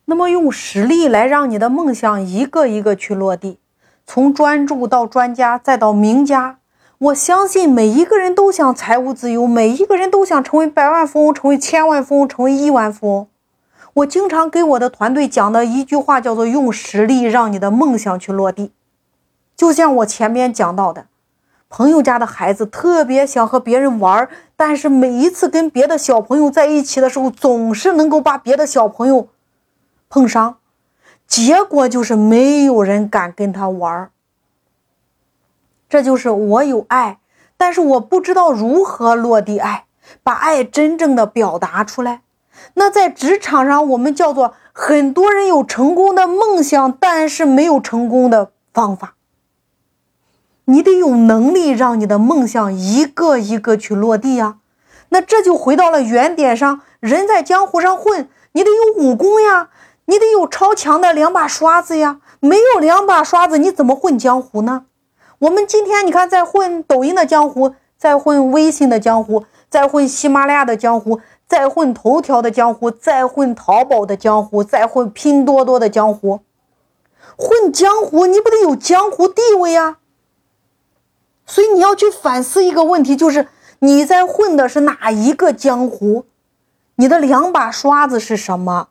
那么用实力来让你的梦想一个一个去落地，从专注到专家再到名家。我相信每一个人都想财务自由，每一个人都想成为百万富翁，成为千万富翁，成为亿万富翁。我经常给我的团队讲的一句话叫做用实力让你的梦想去落地。就像我前面讲到的，朋友家的孩子特别想和别人玩，但是每一次跟别的小朋友在一起的时候，总是能够把别的小朋友碰伤，结果就是没有人敢跟他玩。这就是我有爱，但是我不知道如何落地爱，把爱真正的表达出来。那在职场上，我们叫做很多人有成功的梦想，但是没有成功的方法。你得有能力让你的梦想一个一个去落地呀。那这就回到了原点上，人在江湖上混，你得有武功呀，你得有超强的两把刷子呀。没有两把刷子，你怎么混江湖呢？我们今天你看，在混抖音的江湖，在混微信的江湖，在混喜马拉雅的江湖，在混头条的江湖，在混淘宝的江湖，在混拼多多的江湖。混江湖你不得有江湖地位呀？所以你要去反思一个问题，就是你在混的是哪一个江湖？你的两把刷子是什么？